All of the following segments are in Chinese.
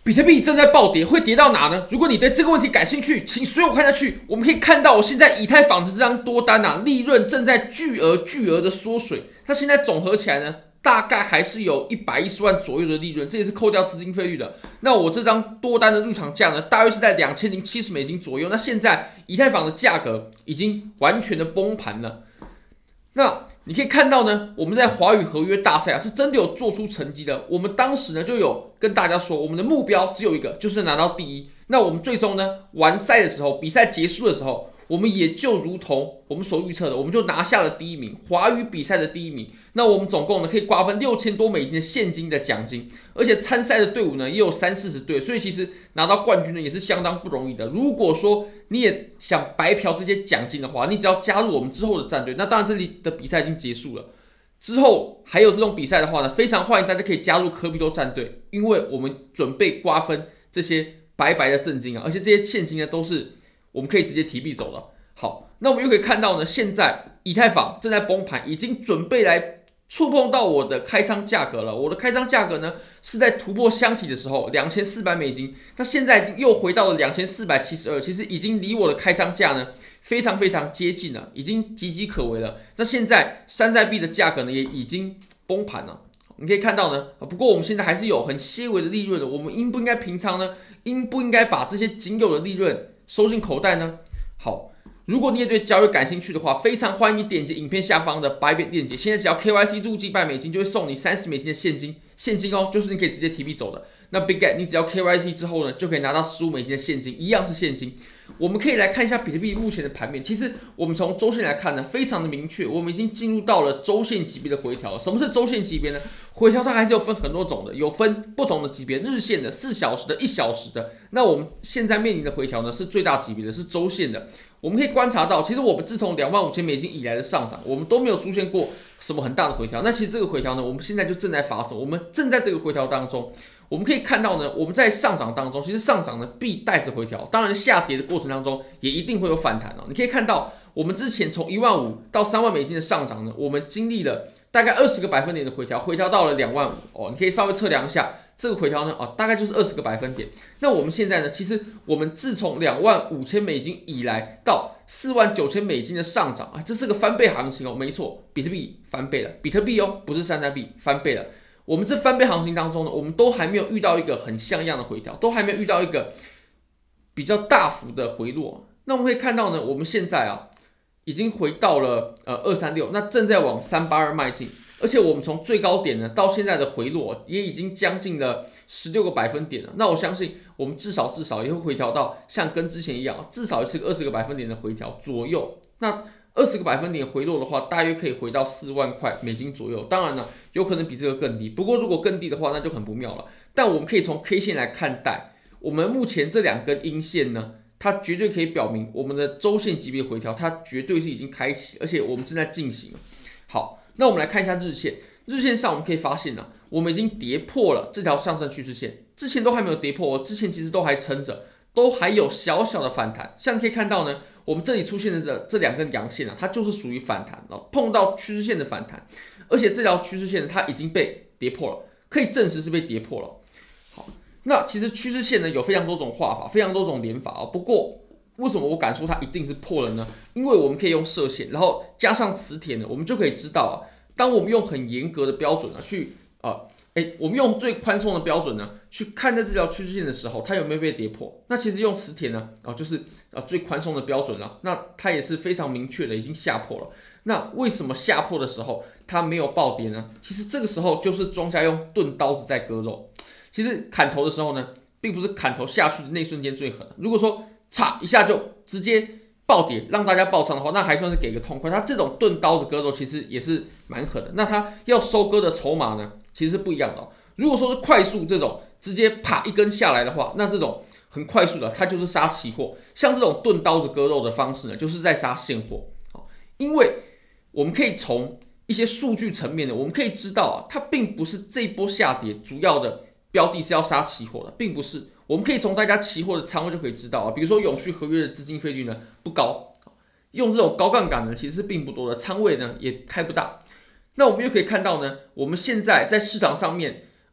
比特币正在暴跌，会跌到哪呢？如果你对这个问题感兴趣，请随我看下去。我们可以看到，我现在以太坊的这张多单啊，利润正在巨额的缩水。它现在总和起来呢，大概还是有110万左右的利润，这也是扣掉资金费率的。那我这张多单的入场价呢，大约是在$2070左右。那现在以太坊的价格已经完全的崩盘了。那你可以看到呢，我们在华语合约大赛啊，是真的有做出成绩的。我们当时呢就有跟大家说，我们的目标只有一个，就是拿到第一。那我们最终呢完赛的时候，比赛结束的时候，我们也就如同我们所预测的，我们就拿下了第一名，华语比赛的第一名。那我们总共呢可以瓜分$6000多的现金的奖金，而且参赛的队伍呢也有30-40队，所以其实拿到冠军呢也是相当不容易的。如果说你也想白嫖这些奖金的话，你只要加入我们之后的战队。那当然这里的比赛已经结束了，之后还有这种比赛的话呢，非常欢迎大家可以加入科比多战队，因为我们准备瓜分这些白白的赠金啊，而且这些现金呢都是我们可以直接提币走的。好，那我们又可以看到呢，现在以太坊正在崩盘，已经准备来触碰到我的开仓价格了。我的开仓价格呢是在突破箱体的时候$2400，它现在已经又回到了2472，其实已经离我的开仓价呢非常非常接近了，已经岌岌可危了。那现在山寨币的价格呢也已经崩盘了。你可以看到呢，不过我们现在还是有很些微的利润的，我们应不应该平仓呢？应不应该把这些仅有的利润收进口袋呢？好，如果你也对交易感兴趣的话，非常欢迎你点击影片下方的白点链接。现在只要 KYC 入金$100，就会送你$30的现金哦，就是你可以直接提币走的。那 Big Get 你只要 KYC 之后呢，就可以拿到$15的现金，一样是现金。我们可以来看一下比特币目前的盘面。其实我们从周线来看呢，非常的明确，我们已经进入到了周线级别的回调。什么是周线级别呢？回调它还是有分很多种的，有分不同的级别，日线的、4小时的、1小时的。那我们现在面临的回调呢，是最大级别的，是周线的。我们可以观察到，其实我们自从$25,000以来的上涨，我们都没有出现过什么很大的回调。那其实这个回调呢，我们现在就正在发生，我们正在这个回调当中。我们可以看到呢，我们在上涨当中，其实上涨呢必带着回调，当然下跌的过程当中也一定会有反弹哦。你可以看到，我们之前从$15,000到$30,000的上涨呢，我们经历了大概20个百分点的回调，回调到了25,000哦。你可以稍微测量一下这个回调呢，大概就是20个百分点。那我们现在呢，其实我们自从$25,000以来到$49,000的上涨啊，这是个翻倍行情哦，没错，比特币翻倍了，比特币哦，不是山寨币，翻倍了。我们这翻倍行情当中呢，我们都还没有遇到一个很像样的回调，都还没有遇到一个比较大幅的回落。那我们可以看到呢，我们现在啊已经回到了236，那正在往382迈进，而且我们从最高点呢到现在的回落也已经将近了16个百分点了。那我相信我们至少也会回调到像跟之前一样，至少是个20个百分点的回调左右。那20个百分点回落的话，大约可以回到$4万左右。当然了，有可能比这个更低。不过如果更低的话，那就很不妙了。但我们可以从 K 线来看待，我们目前这2根阴线呢，它绝对可以表明我们的周线级别回调，它绝对是已经开启，而且我们正在进行。好，那我们来看一下日线。日线上我们可以发现呢，我们已经跌破了这条上升趋势线，之前都还没有跌破，之前其实都还撑着，都还有小小的反弹。像你可以看到呢，我们这里出现的这2根阳线啊，它就是属于反弹，碰到趋势线的反弹，而且这条趋势线它已经被跌破了，可以证实是被跌破了。好，那其实趋势线呢有非常多种画法，非常多种连法不过为什么我敢说它一定是破了呢？因为我们可以用射线，然后加上磁铁呢，我们就可以知道当我们用很严格的标准去我们用最宽松的标准呢去看待这条趋势线的时候，它有没有被跌破？那其实用磁铁呢就是最宽松的标准了，那它也是非常明确的，已经下破了。那为什么下破的时候它没有暴跌呢？其实这个时候就是庄家用钝刀子在割肉。其实砍头的时候呢，并不是砍头下去的那瞬间最狠，如果说嚓一下就直接暴跌让大家爆仓的话，那还算是给个痛快。他这种钝刀子割肉其实也是蛮狠的。那他要收割的筹码呢，其实是不一样的如果说是快速这种直接啪一根下来的话，那这种很快速的，它就是杀期货。像这种钝刀子割肉的方式呢，就是在杀现货。因为我们可以从一些数据层面的，我们可以知道它并不是这一波下跌主要的标的是要杀期货的，并不是。我们可以从大家期货的仓位就可以知道比如说永续合约的资金费率呢不高，用这种高杠杆呢其实是并不多的，仓位呢也开不大。那我们又可以看到呢，我们现在在市场上面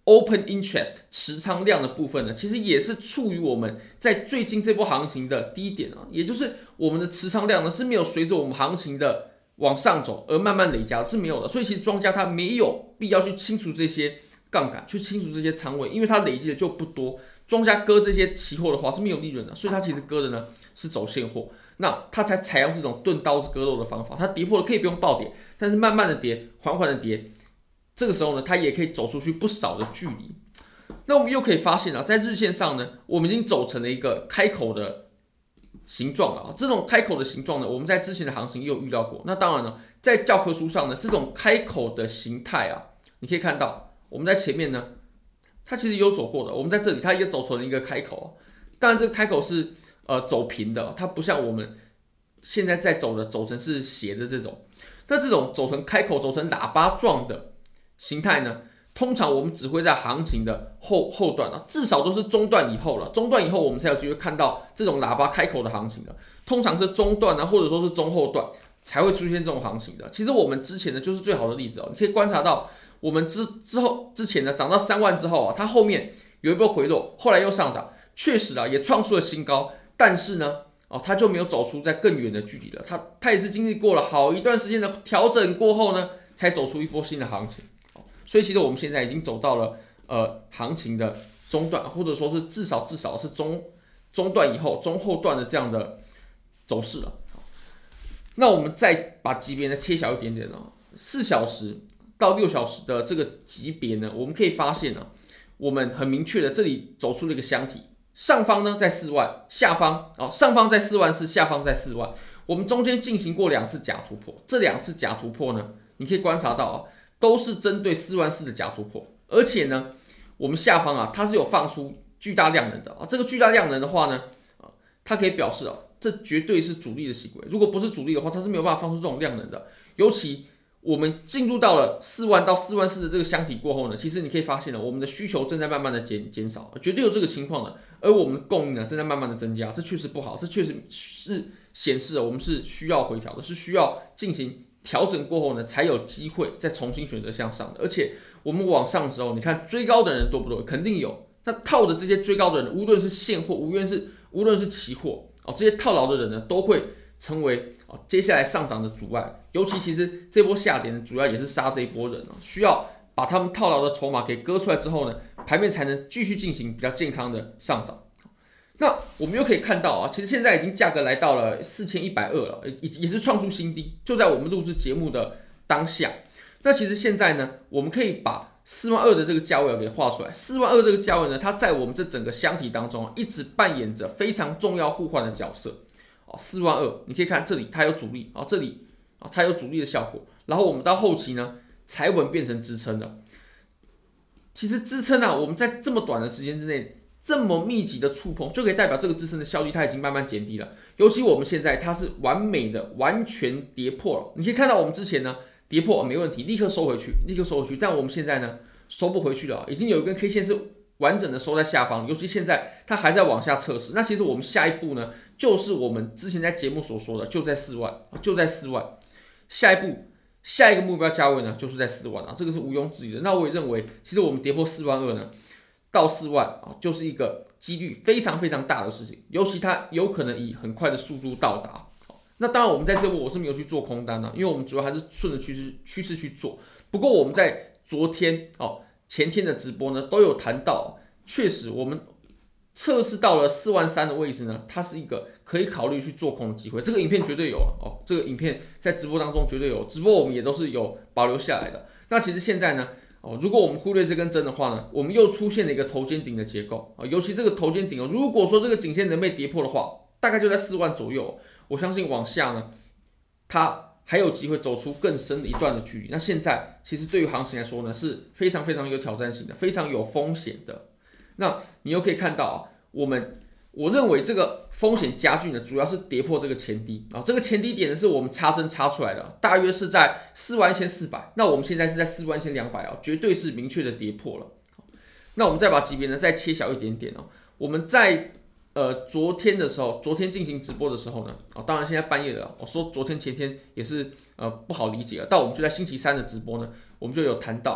open interest 持仓量的部分呢，其实也是处于我们在最近这波行情的低点啊，也就是我们的持仓量呢是没有随着我们行情的往上走而慢慢累加，是没有的。所以其实庄家他没有必要去清除这些杠杆，去清除这些仓位，因为它累积的就不多。庄家割这些期货的话是没有利润的，所以它其实割的呢是走现货，那它才采用这种钝刀子割肉的方法。它跌破了可以不用暴跌，但是慢慢的跌，缓缓的跌，这个时候呢，它也可以走出去不少的距离。那我们又可以发现啊，在日线上呢，我们已经走成了一个开口的形状了啊。这种开口的形状呢，我们在之前的行情也有预料过。那当然了，在教科书上呢，这种开口的形态啊，你可以看到我们在前面呢。它其实有走过的，我们在这里它也走成了一个开口，当然这个开口是走平的，它不像我们现在在走成是斜的这种。那这种走成开口、走成喇叭状的形态呢，通常我们只会在行情的后段啊，至少都是中段以后了。中段以后我们才有机会看到这种喇叭开口的行情的，通常是中段啊，或者说是中后段才会出现这种行情的。其实我们之前呢就是最好的例子哦，你可以观察到。我们之前呢涨到3万之后啊，它后面有一波回落，后来又上涨，确实啊也创出了新高，但是呢，它就没有走出在更远的距离了。它也是经历过了好一段时间的调整过后呢，才走出一波新的行情。所以其实我们现在已经走到了行情的中段，或者说是至少是中段以后中后段的这样的走势了。那我们再把级别呢切小一点点哦，4小时。到6小时的这个级别呢，我们可以发现呢，我们很明确的这里走出了一个箱体，上方呢在4万，下方上方在4万4，下方在4万。我们中间进行过2次假突破，这2次假突破呢，你可以观察到都是针对4万4的假突破，而且呢，我们下方它是有放出巨大量能的这个巨大量能的话呢，它可以表示这绝对是主力的行为，如果不是主力的话，它是没有办法放出这种量能的，尤其。我们进入到了4万到4万4的这个箱体过后呢，其实你可以发现了，我们的需求正在慢慢的减少，绝对有这个情况的。而我们的供应呢，正在慢慢的增加，这确实不好，这确实是显示了我们是需要回调的，是需要进行调整过后呢，才有机会再重新选择向上的。而且我们往上的时候，你看追高的人多不多？肯定有。那套的这些追高的人，无论是现货，无论是期货这些套牢的人呢，都会成为接下来上涨的阻碍。尤其实这波下跌呢，主要也是杀这一波人需要把他们套牢的筹码给割出来之后呢，盘面才能继续进行比较健康的上涨。那我们又可以看到其实现在已经价格来到了4120了，也是创出新低，就在我们录制节目的当下。那其实现在呢，我们可以把42000的这个价位给画出来。42000这个价位呢，它在我们这整个箱体当中一直扮演着非常重要互换的角色。42000，你可以看这里它有阻力这里它有阻力的效果，然后我们到后期呢才稳变成支撑的。其实支撑我们在这么短的时间之内，这么密集的触碰，就可以代表这个支撑的效率它已经慢慢减低了。尤其我们现在它是完美的完全跌破了，你可以看到我们之前呢跌破没问题，立刻收回去，但我们现在呢收不回去了，已经有一根 K 线是完整的收在下方，尤其现在它还在往下测试。那其实我们下一步呢，就是我们之前在节目所说的，就在4万。下一个目标价位呢，就是在4万这个是毋庸置疑的。那我也认为，其实我们跌破42000呢，到4万就是一个几率非常非常大的事情，尤其它有可能以很快的速度到达。那当然，我们在这波我是没有去做空单因为我们主要还是顺着趋势去做。不过我们在昨天前天的直播呢，都有谈到，确实我们测试到了4万3的位置呢，它是一个可以考虑去做空的机会。这个影片绝对有这个影片在直播当中绝对有，直播我们也都是有保留下来的。那其实现在呢，如果我们忽略这根针的话呢，我们又出现了一个头肩顶的结构尤其这个头肩顶如果说这个颈线能被跌破的话，大概就在4万左右。我相信往下呢，它还有机会走出更深的一段的距离。那现在其实对于行情来说呢，是非常非常有挑战性的，非常有风险的。那你又可以看到我认为这个风险加剧呢，主要是跌破这个前低这个前低点呢是我们插针插出来的，大约是在41400。那我们现在是在41200绝对是明确的跌破了。那我们再把级别呢再切小一点点我们在昨天进行直播的时候呢当然现在半夜了我说昨天前天也是不好理解了。到我们就在星期三的直播呢，我们就有谈到，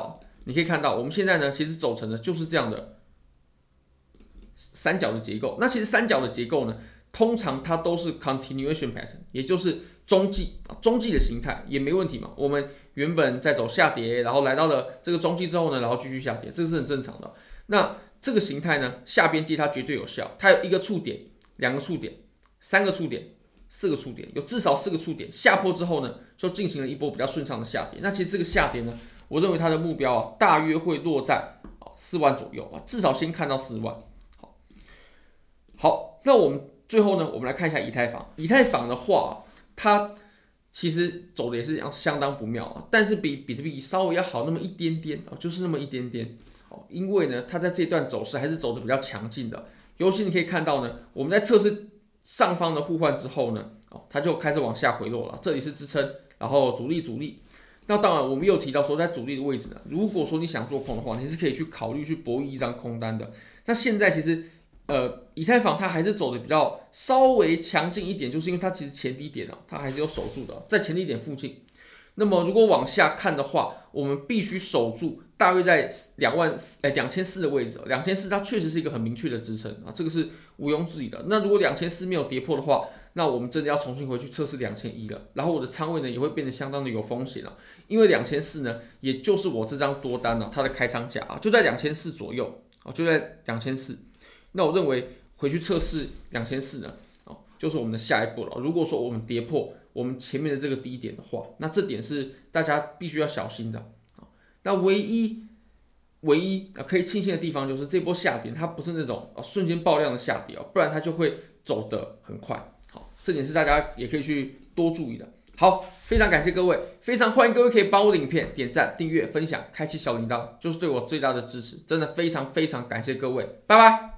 你可以看到我们现在呢，其实走成的就是这样的三角的结构。那其实三角的结构呢，通常它都是 continuation pattern， 也就是中继的形态也没问题嘛。我们原本在走下跌，然后来到了这个中继之后呢，然后继续下跌，这个是很正常的。那这个形态呢，下边接它绝对有效，它有一个触点、2个触点、3个触点、4个触点，有至少4个触点。下坡之后呢，就进行了一波比较顺畅的下跌。那其实这个下跌呢，我认为它的目标啊，大约会落在4万左右啊，至少先看到4万。好，那我们最后呢，我们来看一下以太坊。以太坊的话，它其实走的也是相当不妙啊，但是比比特币稍微要好那么一点点啊，就是那么一点点。因为呢，它在这段走势还是走的比较强劲的。尤其你可以看到呢，我们在测试上方的互换之后呢，它就开始往下回落了。这里是支撑，然后阻力。那当然，我们又提到说，在阻力的位置呢，如果说你想做空的话，你是可以去考虑去博弈一张空单的。那现在其实，以太坊它还是走的比较稍微强劲一点，就是因为它其实前低点它还是有守住的，在前低点附近。那么如果往下看的话，我们必须守住大约在2400的位置，2400它确实是一个很明确的支撑啊，这个是毋庸置疑的。那如果2400没有跌破的话，那我们真的要重新回去测试2100了，然后我的仓位呢也会变得相当的有风险因为2400呢，也就是我这张多单它的开仓价就在2400左右就在2400。那我认为回去测试2400呢，就是我们的下一步了。如果说我们跌破我们前面的这个低点的话，那这点是大家必须要小心的。那唯一可以庆幸的地方就是这波下跌它不是那种瞬间爆量的下跌不然它就会走得很快。好，这点是大家也可以去多注意的。好，非常感谢各位，非常欢迎各位可以帮我的影片点赞、订阅、分享、开启小铃铛，就是对我最大的支持。真的非常非常感谢各位，拜拜。